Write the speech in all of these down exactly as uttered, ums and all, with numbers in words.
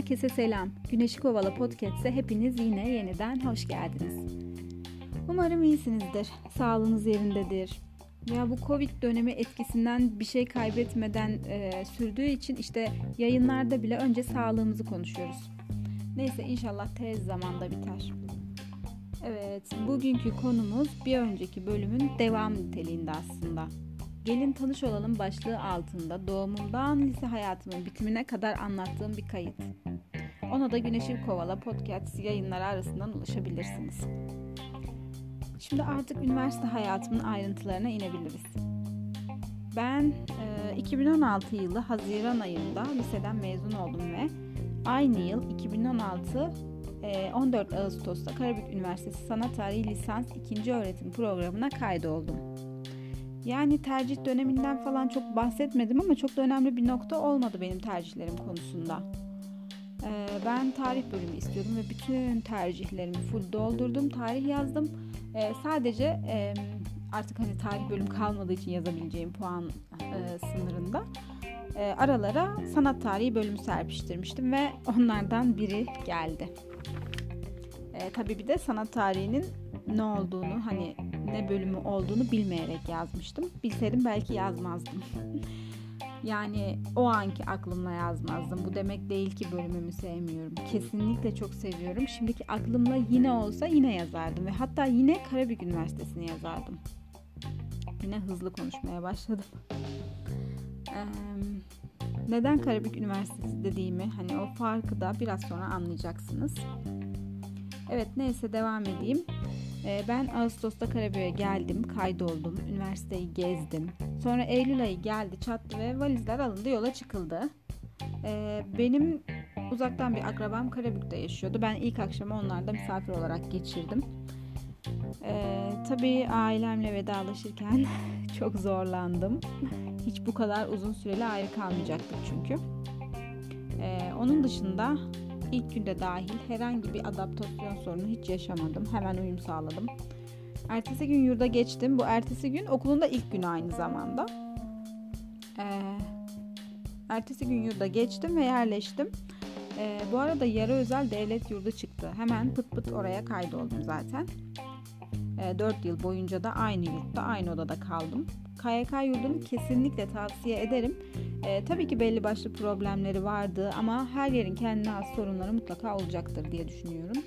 Herkese selam. Güneşi Kovala Podcast'e hepiniz yine yeniden hoş geldiniz. Umarım iyisinizdir, sağlığınız yerindedir. Ya bu Covid dönemi etkisinden bir şey kaybetmeden e, sürdüğü için işte yayınlarda bile önce sağlığımızı konuşuyoruz. Neyse inşallah tez zamanda biter. Evet, bugünkü konumuz bir önceki bölümün devam niteliğinde aslında. Gelin tanış olalım başlığı altında doğumumdan lise hayatımın bitimine kadar anlattığım bir kayıt. Ona da Güneşi Kovala Podcast yayınları arasından ulaşabilirsiniz. Şimdi artık üniversite hayatımın ayrıntılarına inebiliriz. Ben e, iki bin on altı yılı Haziran ayında liseden mezun oldum ve aynı yıl iki bin on altı e, on dört Ağustos'ta Karabük Üniversitesi Sanat Tarihi Lisans ikinci öğretim programına kaydoldum. Yani tercih döneminden falan çok bahsetmedim ama çok da önemli bir nokta olmadı benim tercihlerim konusunda. Ee, ben tarih bölümü istiyordum ve bütün tercihlerimi full doldurdum, tarih yazdım. Ee, sadece e, artık hani tarih bölüm kalmadığı için yazabileceğim puan e, sınırında e, aralara sanat tarihi bölümü serpiştirmiştim ve onlardan biri geldi. E, tabii bir de sanat tarihinin ne olduğunu, hani ne bölümü olduğunu bilmeyerek yazmıştım. Bilseydim belki yazmazdım. Yani o anki aklımla yazmazdım. Bu demek değil ki bölümümü sevmiyorum. Kesinlikle çok seviyorum. Şimdiki aklımla yine olsa yine yazardım ve hatta yine Karabük Üniversitesi'ni yazardım. Yine hızlı konuşmaya başladım. Ee, neden Karabük Üniversitesi dediğimi, hani o farkı da biraz sonra anlayacaksınız. Evet, neyse devam edeyim. Ben Ağustos'ta Karabük'e geldim, kaydoldum, üniversiteyi gezdim. Sonra Eylül ayı geldi, çattı ve valizler alındı, yola çıkıldı. Benim uzaktan bir akrabam Karabük'te yaşıyordu. Ben ilk akşamı onlarda misafir olarak geçirdim. Ee, tabii ailemle vedalaşırken çok zorlandım. Hiç bu kadar uzun süreli ayrı kalmayacaktık çünkü. Ee, onun dışında İlk günde dahil herhangi bir adaptasyon sorunu hiç yaşamadım. Hemen uyum sağladım. Ertesi gün yurda geçtim. Bu ertesi gün okulun da ilk günü aynı zamanda. Ee, ertesi gün yurda geçtim ve yerleştim. Ee, bu arada yarı özel devlet yurdu çıktı. Hemen pıt pıt oraya kaydoldum zaten. Ee, dört yıl boyunca da aynı yurtta, aynı odada kaldım. K Y K yurdunu kesinlikle tavsiye ederim. Ee, tabii ki belli başlı problemleri vardı ama her yerin kendine has sorunları mutlaka olacaktır diye düşünüyorum.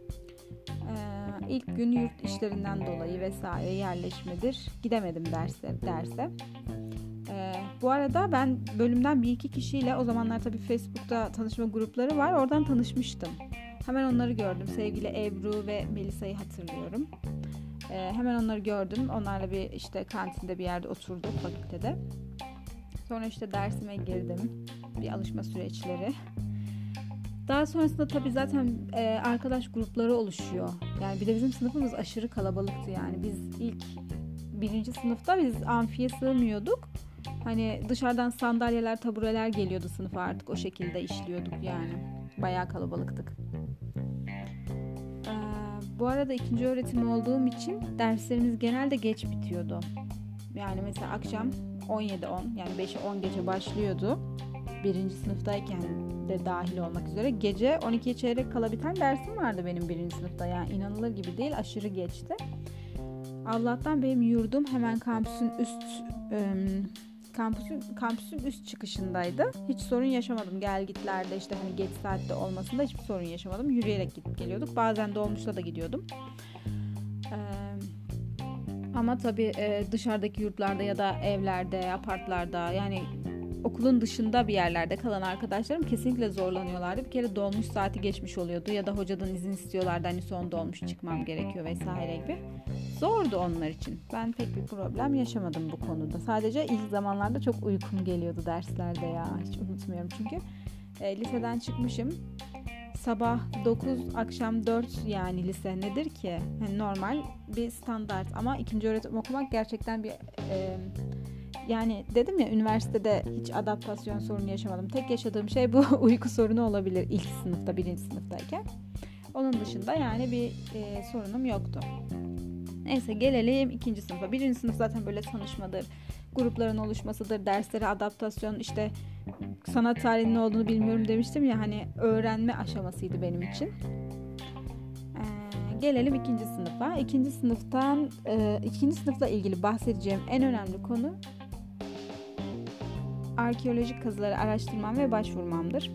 Ee, ilk gün yurt işlerinden dolayı vesaire yerleşmedir. Gidemedim derse. derse. Ee, bu arada ben bölümden bir iki kişiyle, o zamanlar tabii Facebook'ta tanışma grupları var, oradan tanışmıştım. Hemen onları gördüm. Sevgili Ebru ve Melisa'yı hatırlıyorum. Ee, hemen onları gördüm. Onlarla bir işte kantinde bir yerde oturduk fakültede. Sonra işte dersime girdim. Bir alışma süreçleri. Daha sonrasında tabii zaten e, arkadaş grupları oluşuyor. Yani bir de bizim sınıfımız aşırı kalabalıktı yani. Biz ilk birinci sınıfta biz amfiye sığmıyorduk. Hani dışarıdan sandalyeler, tabureler geliyordu sınıfa, artık o şekilde işliyorduk yani. Bayağı kalabalıktık. Bu arada ikinci öğretim olduğum için derslerimiz genelde geç bitiyordu. Yani mesela akşam on yedi on, yani beşe on gece başlıyordu. Birinci sınıftayken de dahil olmak üzere. Gece on ikiye çeyrek kala biten dersim vardı benim birinci sınıfta. Yani inanılır gibi değil, aşırı geçti. Allah'tan benim yurdum hemen kampüsün üst ıı, kampüsün, kampüsün üst çıkışındaydı. Hiç sorun yaşamadım. Gel gitlerde işte hani geç saatte olmasında hiçbir sorun yaşamadım. Yürüyerek gidip geliyorduk. Bazen dolmuşla da gidiyordum. Ee, ama tabii e, dışarıdaki yurtlarda ya da evlerde, apartlarda, yani okulun dışında bir yerlerde kalan arkadaşlarım kesinlikle zorlanıyorlardı. Bir kere dolmuş saati geçmiş oluyordu ya da hocadan izin istiyorlardı. Hani son dolmuş çıkmam gerekiyor vesaire gibi. Zordu onlar için. Ben pek bir problem yaşamadım bu konuda. Sadece ilk zamanlarda çok uykum geliyordu derslerde ya. Hiç unutmuyorum çünkü. E, liseden çıkmışım. Sabah dokuz, akşam dört, yani lise nedir ki? Yani normal bir standart ama ikinci öğretim okumak gerçekten bir... E, yani dedim ya, üniversitede hiç adaptasyon sorunu yaşamadım. Tek yaşadığım şey bu uyku sorunu olabilir ilk sınıfta, birinci sınıftayken. Onun dışında yani bir e, sorunum yoktu. Neyse gelelim ikinci sınıfa. Birinci sınıf zaten böyle tanışmadır, grupların oluşmasıdır, derslere adaptasyon, işte sanat tarihinin ne olduğunu bilmiyorum demiştim ya, hani öğrenme aşamasıydı benim için. Ee, gelelim ikinci sınıfa. İkinci sınıftan, e, ikinci sınıfla ilgili bahsedeceğim en önemli konu arkeolojik kazıları araştırmam ve başvurmamdır.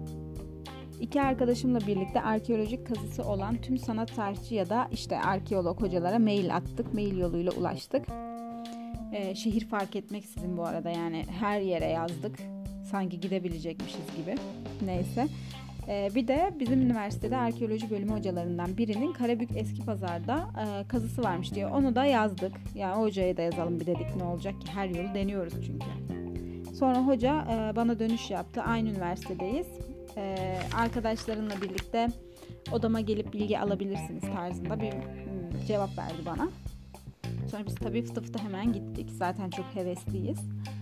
İki arkadaşımla birlikte arkeolojik kazısı olan tüm sanat tarihçi ya da işte arkeolog hocalara mail attık. Mail yoluyla ulaştık. Ee, şehir fark etmeksizin bu arada, yani her yere yazdık. Sanki gidebilecekmişiz gibi. Neyse. Ee, bir de bizim üniversitede arkeoloji bölümü hocalarından birinin Karabük Eskipazar'da e, kazısı varmış diyor. Onu da yazdık. Yani hocaya da yazalım bir dedik, ne olacak ki, her yolu deniyoruz çünkü. Sonra hoca e, bana dönüş yaptı. Aynı üniversitedeyiz. Ee, arkadaşlarınla birlikte odama gelip bilgi alabilirsiniz tarzında bir hmm, cevap verdi bana. Sonra biz tabii fıtı fıtı hemen gittik. Zaten çok hevesliyiz.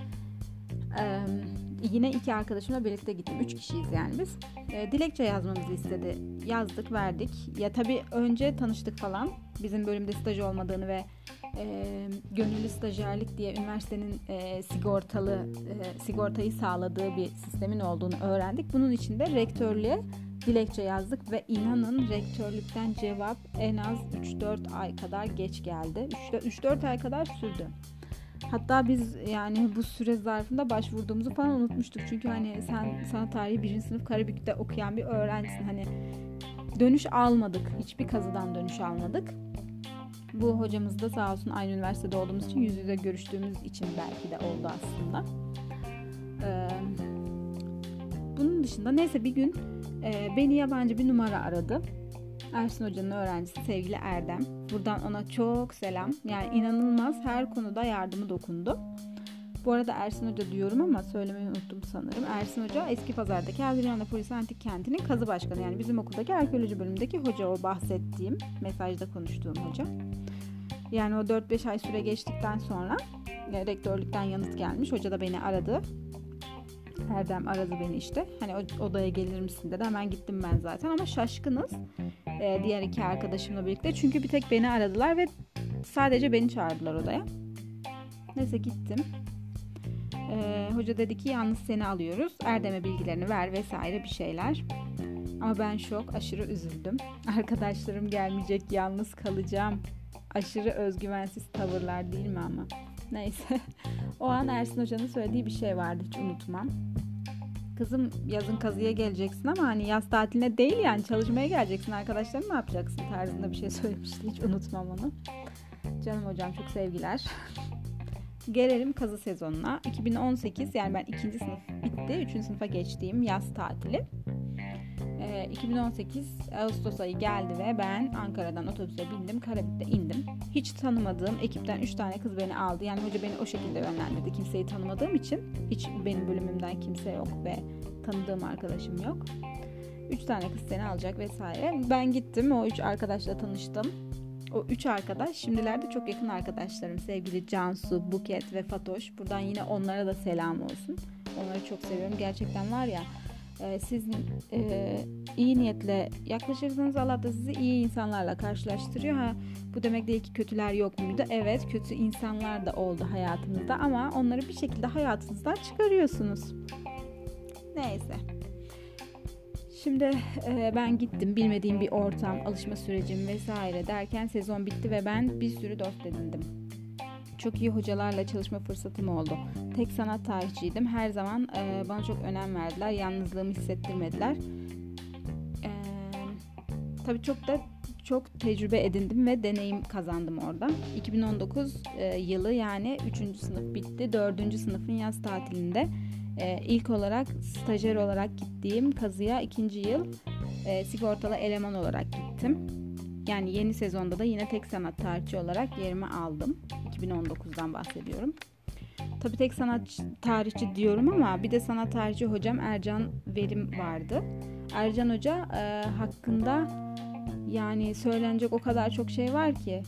Ee, yine iki arkadaşımla birlikte gittim. Üç kişiyiz yani biz. Ee, dilekçe yazmamızı istedi. Yazdık, verdik. Ya tabii önce tanıştık falan. Bizim bölümde staj olmadığını ve e, gönüllü stajyerlik diye üniversitenin e, sigortalı e, sigortayı sağladığı bir sistemin olduğunu öğrendik. Bunun için de rektörlüğe dilekçe yazdık ve inanın rektörlükten cevap en az üç dört ay kadar geç geldi. üç dört ay kadar sürdü. Hatta biz yani bu süre zarfında başvurduğumuzu falan unutmuştuk. Çünkü hani sen sanat tarihi birinci sınıf Karabük'te okuyan bir öğrencisin. Hani dönüş almadık. Hiçbir kazıdan dönüş almadık. Bu hocamız da sağ olsun aynı üniversitede olduğumuz için, yüz yüze görüştüğümüz için belki de oldu aslında. Ee, bunun dışında neyse bir gün e, beni yabancı bir numara aradı. Ersin Hoca'nın öğrencisi sevgili Erdem. Buradan ona çok selam. Yani inanılmaz her konuda yardımı dokundu. Bu arada Ersin Hoca diyorum ama söylemeyi unuttum sanırım. Ersin Hoca Eskipazar'daki Adrianopolis Antik Kenti'nin kazı başkanı. Yani bizim okuldaki arkeoloji bölümündeki hoca, o bahsettiğim, mesajda konuştuğum hoca. Yani o dört beş ay süre geçtikten sonra e, rektörlükten yanıt gelmiş. Hoca da beni aradı. Erdem aradı beni işte. Hani odaya gelir misin dedi. Hemen gittim ben zaten ama şaşkınız. Ee, diğer iki arkadaşımla birlikte. Çünkü bir tek beni aradılar ve sadece beni çağırdılar odaya. Neyse gittim. Ee, hoca dedi ki yalnız seni alıyoruz. Erdem'e bilgilerini ver vesaire bir şeyler. Ama ben şok, aşırı üzüldüm. Arkadaşlarım gelmeyecek, yalnız kalacağım. Aşırı özgüvensiz tavırlar değil mi ama? Neyse. O an Ersin Hoca'nın söylediği bir şey vardı, hiç unutmam. Kızım yazın kazıya geleceksin ama hani yaz tatiline değil, yani çalışmaya geleceksin, arkadaşlarım ne yapacaksın tarzında bir şey söylemişti, hiç unutmam onu. Canım hocam, çok sevgiler. Gelelim kazı sezonuna. iki bin on sekiz, yani ben ikinci sınıf bitti, üçüncü sınıfa geçtiğim yaz tatili. Ee, iki bin on sekiz Ağustos ayı geldi ve ben Ankara'dan otobüse bindim, Karabük'te indim. Hiç tanımadığım ekipten üç tane kız beni aldı. Yani hoca beni o şekilde yönlendirdi. Kimseyi tanımadığım için, hiç benim bölümümden kimse yok ve tanıdığım arkadaşım yok. üç tane kız seni alacak vesaire. Ben gittim, o üç arkadaşla tanıştım. O üç arkadaş şimdilerde çok yakın arkadaşlarım. Sevgili Cansu, Buket ve Fatoş. Buradan yine onlara da selam olsun. Onları çok seviyorum. Gerçekten var ya, e, siz e, iyi niyetle yaklaşırsanız Allah da sizi iyi insanlarla karşılaştırıyor. Ha, bu demek değil ki kötüler yok muydu? Evet, kötü insanlar da oldu hayatınızda ama onları bir şekilde hayatınızdan çıkarıyorsunuz. Neyse. Şimdi e, ben gittim, bilmediğim bir ortam, alışma sürecim vesaire derken sezon bitti ve ben bir sürü dost edindim. Çok iyi hocalarla çalışma fırsatım oldu. Tek sanat tarihçiydim. Her zaman e, bana çok önem verdiler. Yalnızlığımı hissettirmediler. E, tabii çok da çok tecrübe edindim ve deneyim kazandım orada. iki bin on dokuz e, yılı, yani üçüncü sınıf bitti. dördüncü sınıfın yaz tatilinde e, ilk olarak stajyer olarak gittiğim kazıya ikinci yıl e, sigortalı eleman olarak gittim. Yani yeni sezonda da yine tek sanat tarihçi olarak yerimi aldım. iki bin on dokuzdan bahsediyorum. Tabii tek sanat tarihçi diyorum ama bir de sanat tarihçi hocam Ercan Verim vardı. Ercan Hoca e, hakkında yani söylenecek o kadar çok şey var ki.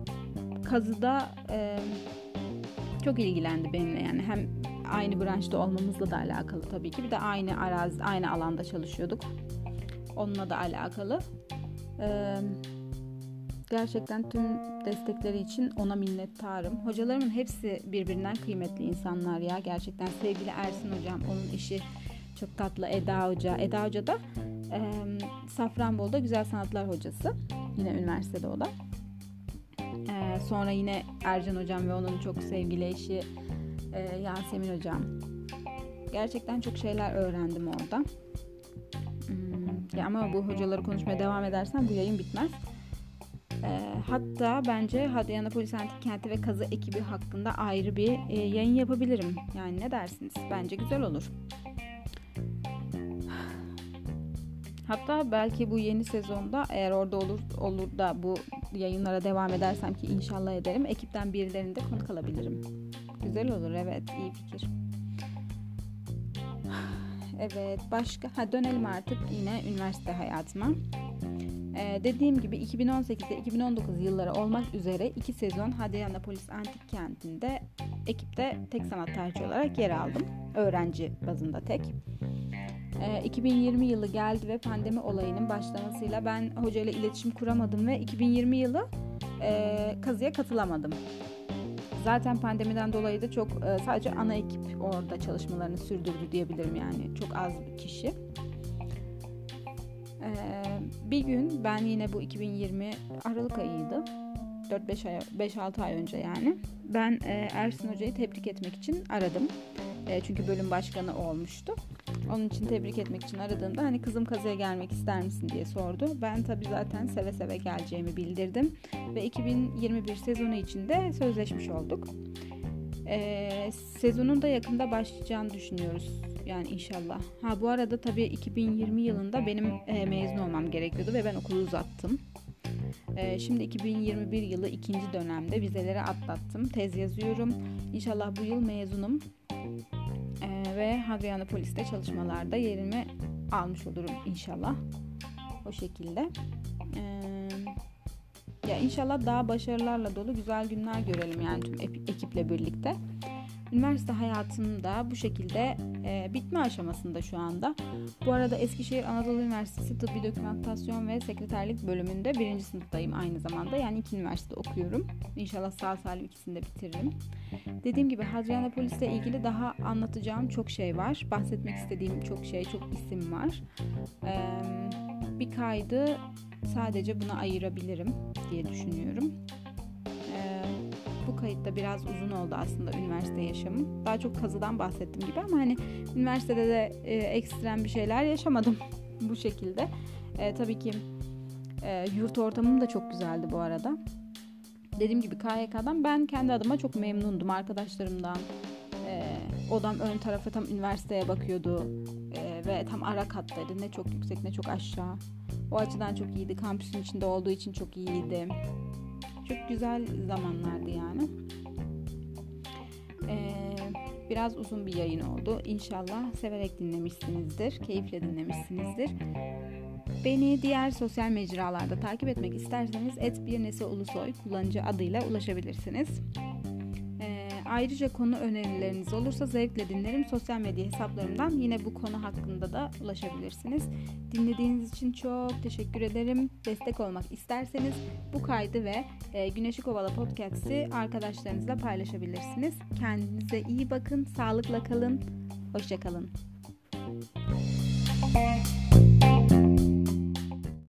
Kazıda e, çok ilgilendi benimle, yani hem aynı branşta olmamızla da alakalı tabii ki. Bir de aynı arazi, aynı alanda çalışıyorduk. Onunla da alakalı. Ee, Gerçekten tüm destekleri için ona minnettarım. Hocalarımın hepsi birbirinden kıymetli insanlar ya. Gerçekten sevgili Ersin hocam, onun eşi çok tatlı Eda Hoca. Eda Hoca da e, Safranbolu'da Güzel Sanatlar hocası. Yine üniversitede o da. E, sonra yine Ercan hocam ve onun çok sevgili eşi e, Yasemin hocam. Gerçekten çok şeyler öğrendim orada. Hmm, ya ama bu hocaları konuşmaya devam edersem bu yayın bitmez. E, hatta bence Hadrianopolis Antik Kenti ve Kazı ekibi hakkında ayrı bir e, yayın yapabilirim. Yani ne dersiniz? Bence güzel olur. Hatta belki bu yeni sezonda eğer orada olur olur da bu yayınlara devam edersem ki inşallah ederim, ekipten birilerini de konuk alabilirim. Güzel olur, evet, iyi fikir. Evet, başka ha dönelim artık yine üniversite hayatıma. Ee, dediğim gibi iki bin on sekiz ile iki bin on dokuz yılları olmak üzere iki sezon Hadrianopolis Antik Kenti'nde ekipte tek sanat tercih olarak yer aldım. Öğrenci bazında tek. Ee, iki bin yirmi yılı geldi ve pandemi olayının başlamasıyla ben hocayla iletişim kuramadım ve iki bin yirmi yılı e, kazıya katılamadım. Zaten pandemiden dolayı da çok e, sadece ana ekip orada çalışmalarını sürdürdü diyebilirim, yani çok az bir kişi. Ee, bir gün ben yine bu iki bin yirmi Aralık ayıydı. dört beş ay beş altı ay önce yani. Ben e, Ersin hocayı tebrik etmek için aradım. E, çünkü bölüm başkanı olmuştu. Onun için tebrik etmek için aradığımda hani kızım kazıya gelmek ister misin diye sordu. Ben tabii zaten seve seve geleceğimi bildirdim. Ve iki bin yirmi bir sezonu içinde sözleşmiş olduk. E, sezonun da yakında başlayacağını düşünüyoruz. Yani inşallah. Ha bu arada tabii iki bin yirmi yılında benim e, mezun olmam gerekiyordu ve ben okulu uzattım. E, şimdi iki bin yirmi bir yılı ikinci dönemde vizeleri atlattım. Tez yazıyorum. İnşallah bu yıl mezunum. E, ve Hadrianopolis'te çalışmalarda yerimi almış olurum inşallah. O şekilde. E, ya inşallah daha başarılarla dolu güzel günler görelim yani tüm ekiple birlikte. Üniversite hayatım da bu şekilde e, bitme aşamasında şu anda. Bu arada Eskişehir Anadolu Üniversitesi Tıbbi Dokümantasyon ve Sekreterlik bölümünde birinci sınıftayım aynı zamanda. Yani iki üniversitede okuyorum. İnşallah sağ salim ikisini de bitiririm. Dediğim gibi Hadrianopolis'le ilgili daha anlatacağım çok şey var. Bahsetmek istediğim çok şey, çok isim var. E, bir kaydı sadece buna ayırabilirim diye düşünüyorum. Bu kayıtta biraz uzun oldu aslında üniversite yaşamım. Daha çok kazıdan bahsettim gibi ama hani üniversitede de e, ekstrem bir şeyler yaşamadım bu şekilde. E, tabii ki e, yurt ortamım da çok güzeldi bu arada. Dediğim gibi K Y K'dan ben kendi adıma çok memnundum, arkadaşlarımdan. E, odam ön tarafı tam üniversiteye bakıyordu e, ve tam ara kattaydı. Ne çok yüksek ne çok aşağı. O açıdan çok iyiydi. Kampüsün içinde olduğu için çok iyiydi. Çok güzel zamanlardı yani. Ee, biraz uzun bir yayın oldu. İnşallah severek dinlemişsinizdir, keyifle dinlemişsinizdir. Beni diğer sosyal mecralarda takip etmek isterseniz et birneseulusoy kullanıcı adıyla ulaşabilirsiniz. Ee, ayrıca konu önerileriniz olursa zevkle dinlerim. Sosyal medya hesaplarımdan yine bu konu hakkında da ulaşabilirsiniz. Dinlediğiniz için çok teşekkür ederim. Destek olmak isterseniz bu kaydı ve e, Güneşi Kovala Podcast'i arkadaşlarınızla paylaşabilirsiniz. Kendinize iyi bakın, sağlıkla kalın, hoşça kalın.